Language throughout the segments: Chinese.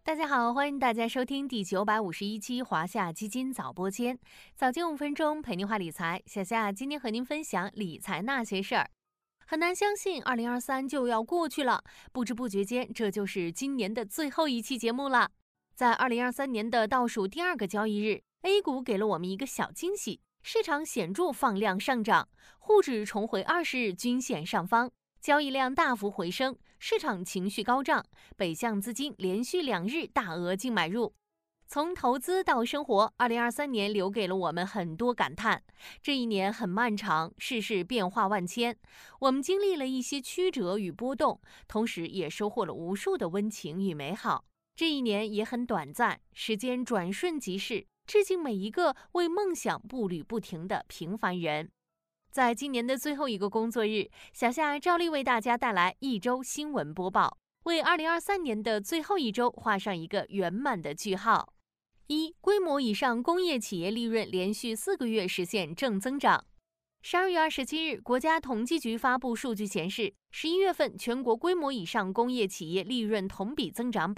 大家好，欢迎大家收听第951期华夏基金早播间，早间5分钟陪您话理财。小夏今天和您分享理财那些事儿。很难相信2023就要过去了，不知不觉间这就是今年的最后一期节目了。在2023年的倒数第2个交易日， A 股给了我们一个小惊喜，市场显著放量上涨，沪指重回20日均线上方，交易量大幅回升，市场情绪高涨，北向资金连续2日大额净买入。从投资到生活，2023年留给了我们很多感叹。这一年很漫长，世事变化万千，我们经历了一些曲折与波动，同时也收获了无数的温情与美好。这一年也很短暂，时间转瞬即逝，致敬每一个为梦想步履不停的平凡人。在今年的最后一个工作日，小夏照例为大家带来一周新闻播报，为2023年的最后一周画上一个圆满的句号。规模以上工业企业利润连续4个月实现正增长。12月27日，国家统计局发布数据显示，11月份全国规模以上工业企业利润同比增长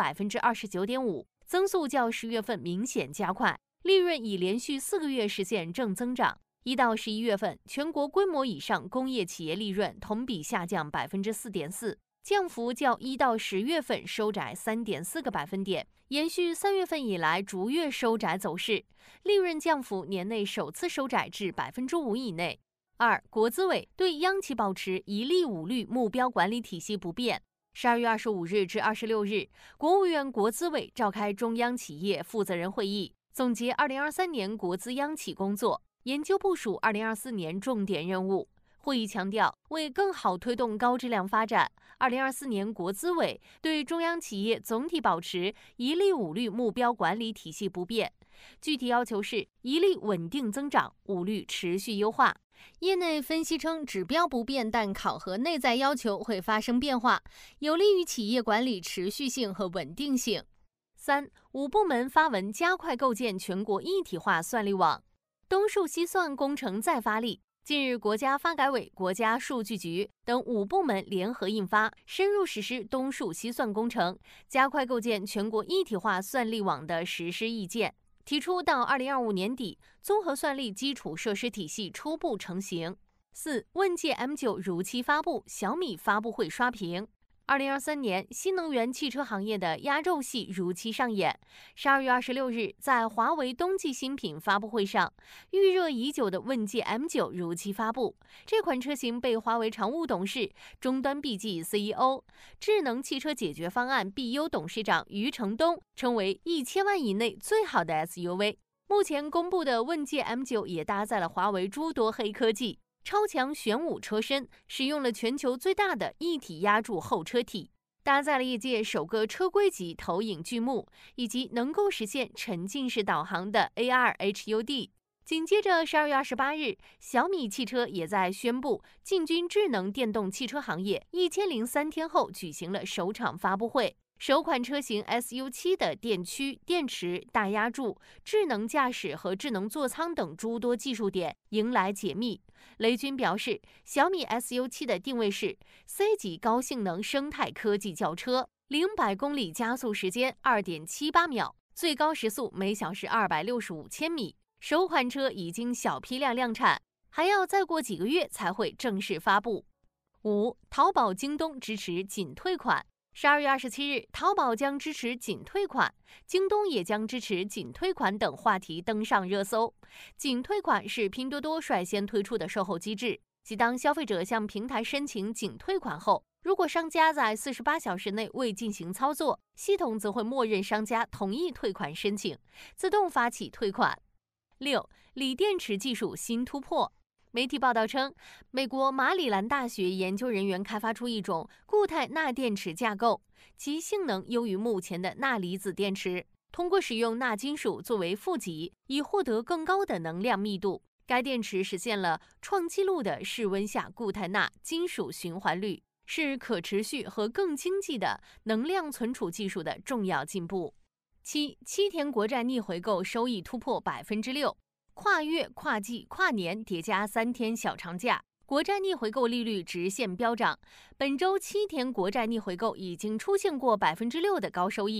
29.5%， 增速较10月份明显加快，利润已连续4个月实现正增长。1到11月份，全国规模以上工业企业利润同比下降 4.4%， 降幅较1到10月份收窄 3.4个百分点，延续3月份以来逐月收窄走势，利润降幅年内首次收窄至 5% 以内。国资委对央企保持一利五率目标管理体系不变。12月25日至26日，国务院国资委召开中央企业负责人会议，总结2023年国资央企工作，研究部署2024年重点任务。会议强调，为更好推动高质量发展，2024年国资委对中央企业总体保持一利五率目标管理体系不变，具体要求是一利稳定增长，五率持续优化。业内分析称，指标不变，但考核内在要求会发生变化，有利于企业管理持续性和稳定性。5部门发文加快构建全国一体化算力网。东数西算工程再发力。近日，国家发改委、国家数据局等5部门联合印发《深入实施东数西算工程，加快构建全国一体化算力网的实施意见》，提出到2025年底，综合算力基础设施体系初步成型。问界 M9 如期发布，小米发布会刷屏。2023年，新能源汽车行业的压轴戏如期上演。12月26日，在华为冬季新品发布会上，预热已久的问界 M9 如期发布。这款车型被华为常务董事、终端 BG CEO、智能汽车解决方案 BU 董事长余承东称为1000万以内最好的 SUV。目前公布的问界 M9 也搭载了华为诸多黑科技。超强玄武车身使用了全球最大的一体压铸后车体，搭载了业界首个车规级投影巨幕，以及能够实现沉浸式导航的 AR HUD。紧接着12月28日，小米汽车也在宣布进军智能电动汽车行业1003天后举行了首场发布会。首款车型 SU7 的电驱、电池、大压铸、智能驾驶和智能座舱等诸多技术点迎来解密。雷军表示，小米 SU7 的定位是 C 级高性能生态科技轿车，0-100公里加速时间2.78秒，最高时速每小时265千米。首款车已经小批量量产，还要再过几个月才会正式发布。淘宝、京东支持仅退款。12月27日，淘宝将支持仅退款，京东也将支持仅退款等话题登上热搜。仅退款是拼多多率先推出的售后机制，即当消费者向平台申请仅退款后，如果商家在48小时内未进行操作，系统则会默认商家同意退款申请，自动发起退款。锂电池技术新突破。媒体报道称，美国马里兰大学研究人员开发出一种固态钠电池架构，其性能优于目前的钠离子电池。通过使用钠金属作为负极，以获得更高的能量密度。该电池实现了创纪录的室温下固态钠金属循环率，是可持续和更经济的能量存储技术的重要进步。7天国债逆回购收益突破 6%。跨月、跨季、跨年叠加3天小长假，国债逆回购利率直线飙涨。本周7天国债逆回购已经出现过 6% 的高收益。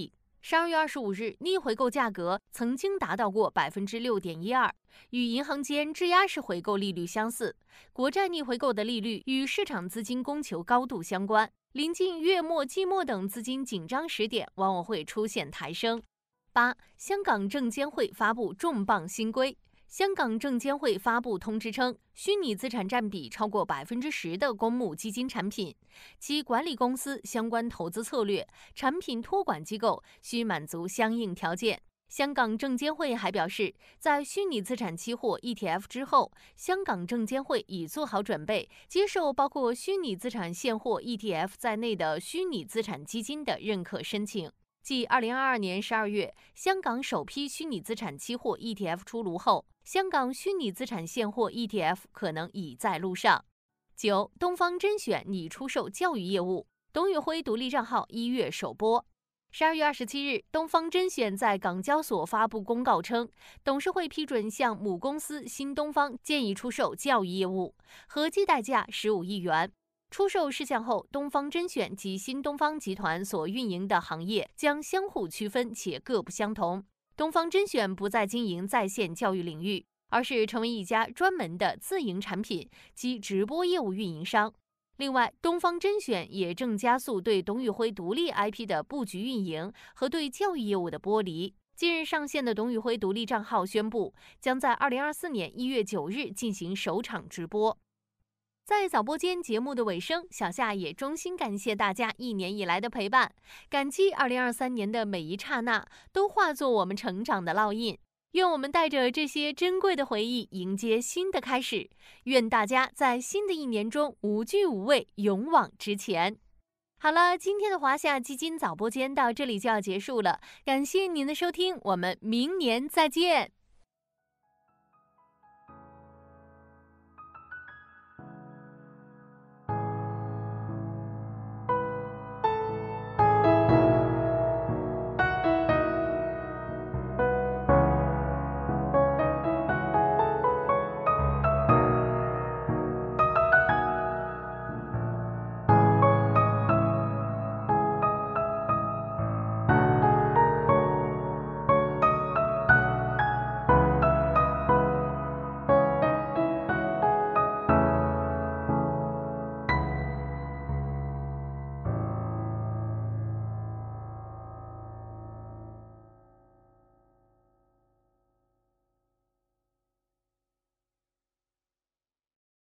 12月25日，逆回购价格曾经达到过 6.12%， 与银行间质押式回购利率相似。国债逆回购的利率与市场资金供求高度相关，临近月末、季末等资金紧张时点，往往会出现抬升。8. 香港证监会发布重磅新规。香港证监会发布通知称，虚拟资产占比超过 10% 的公募基金产品，其管理公司相关投资策略、产品托管机构需满足相应条件。香港证监会还表示，在虚拟资产期货 ETF 之后，香港证监会已做好准备，接受包括虚拟资产现货 ETF 在内的虚拟资产基金的认可申请。继2022年12月香港首批虚拟资产期货 ETF 出炉后，香港虚拟资产现货 ETF 可能已在路上。9. 东方甄选拟出售教育业务，董宇辉独立账号1月首播。12月27日，东方甄选在港交所发布公告称，董事会批准向母公司新东方建议出售教育业务，合计代价15亿元。出售事项后，东方甄选及新东方集团所运营的行业将相互区分且各不相同。东方甄选不再经营在线教育领域，而是成为一家专门的自营产品及直播业务运营商。另外，东方甄选也正加速对董宇辉独立 IP 的布局运营和对教育业务的剥离。近日上线的董宇辉独立账号宣布，将在2024年1月9日进行首场直播。在早播间节目的尾声，小夏也衷心感谢大家1年以来的陪伴，感激2023年的每一刹那都化作我们成长的烙印。愿我们带着这些珍贵的回忆迎接新的开始，愿大家在新的1年中无惧无畏，勇往直前。好了，今天的华夏基金早播间到这里就要结束了，感谢您的收听，我们明年再见。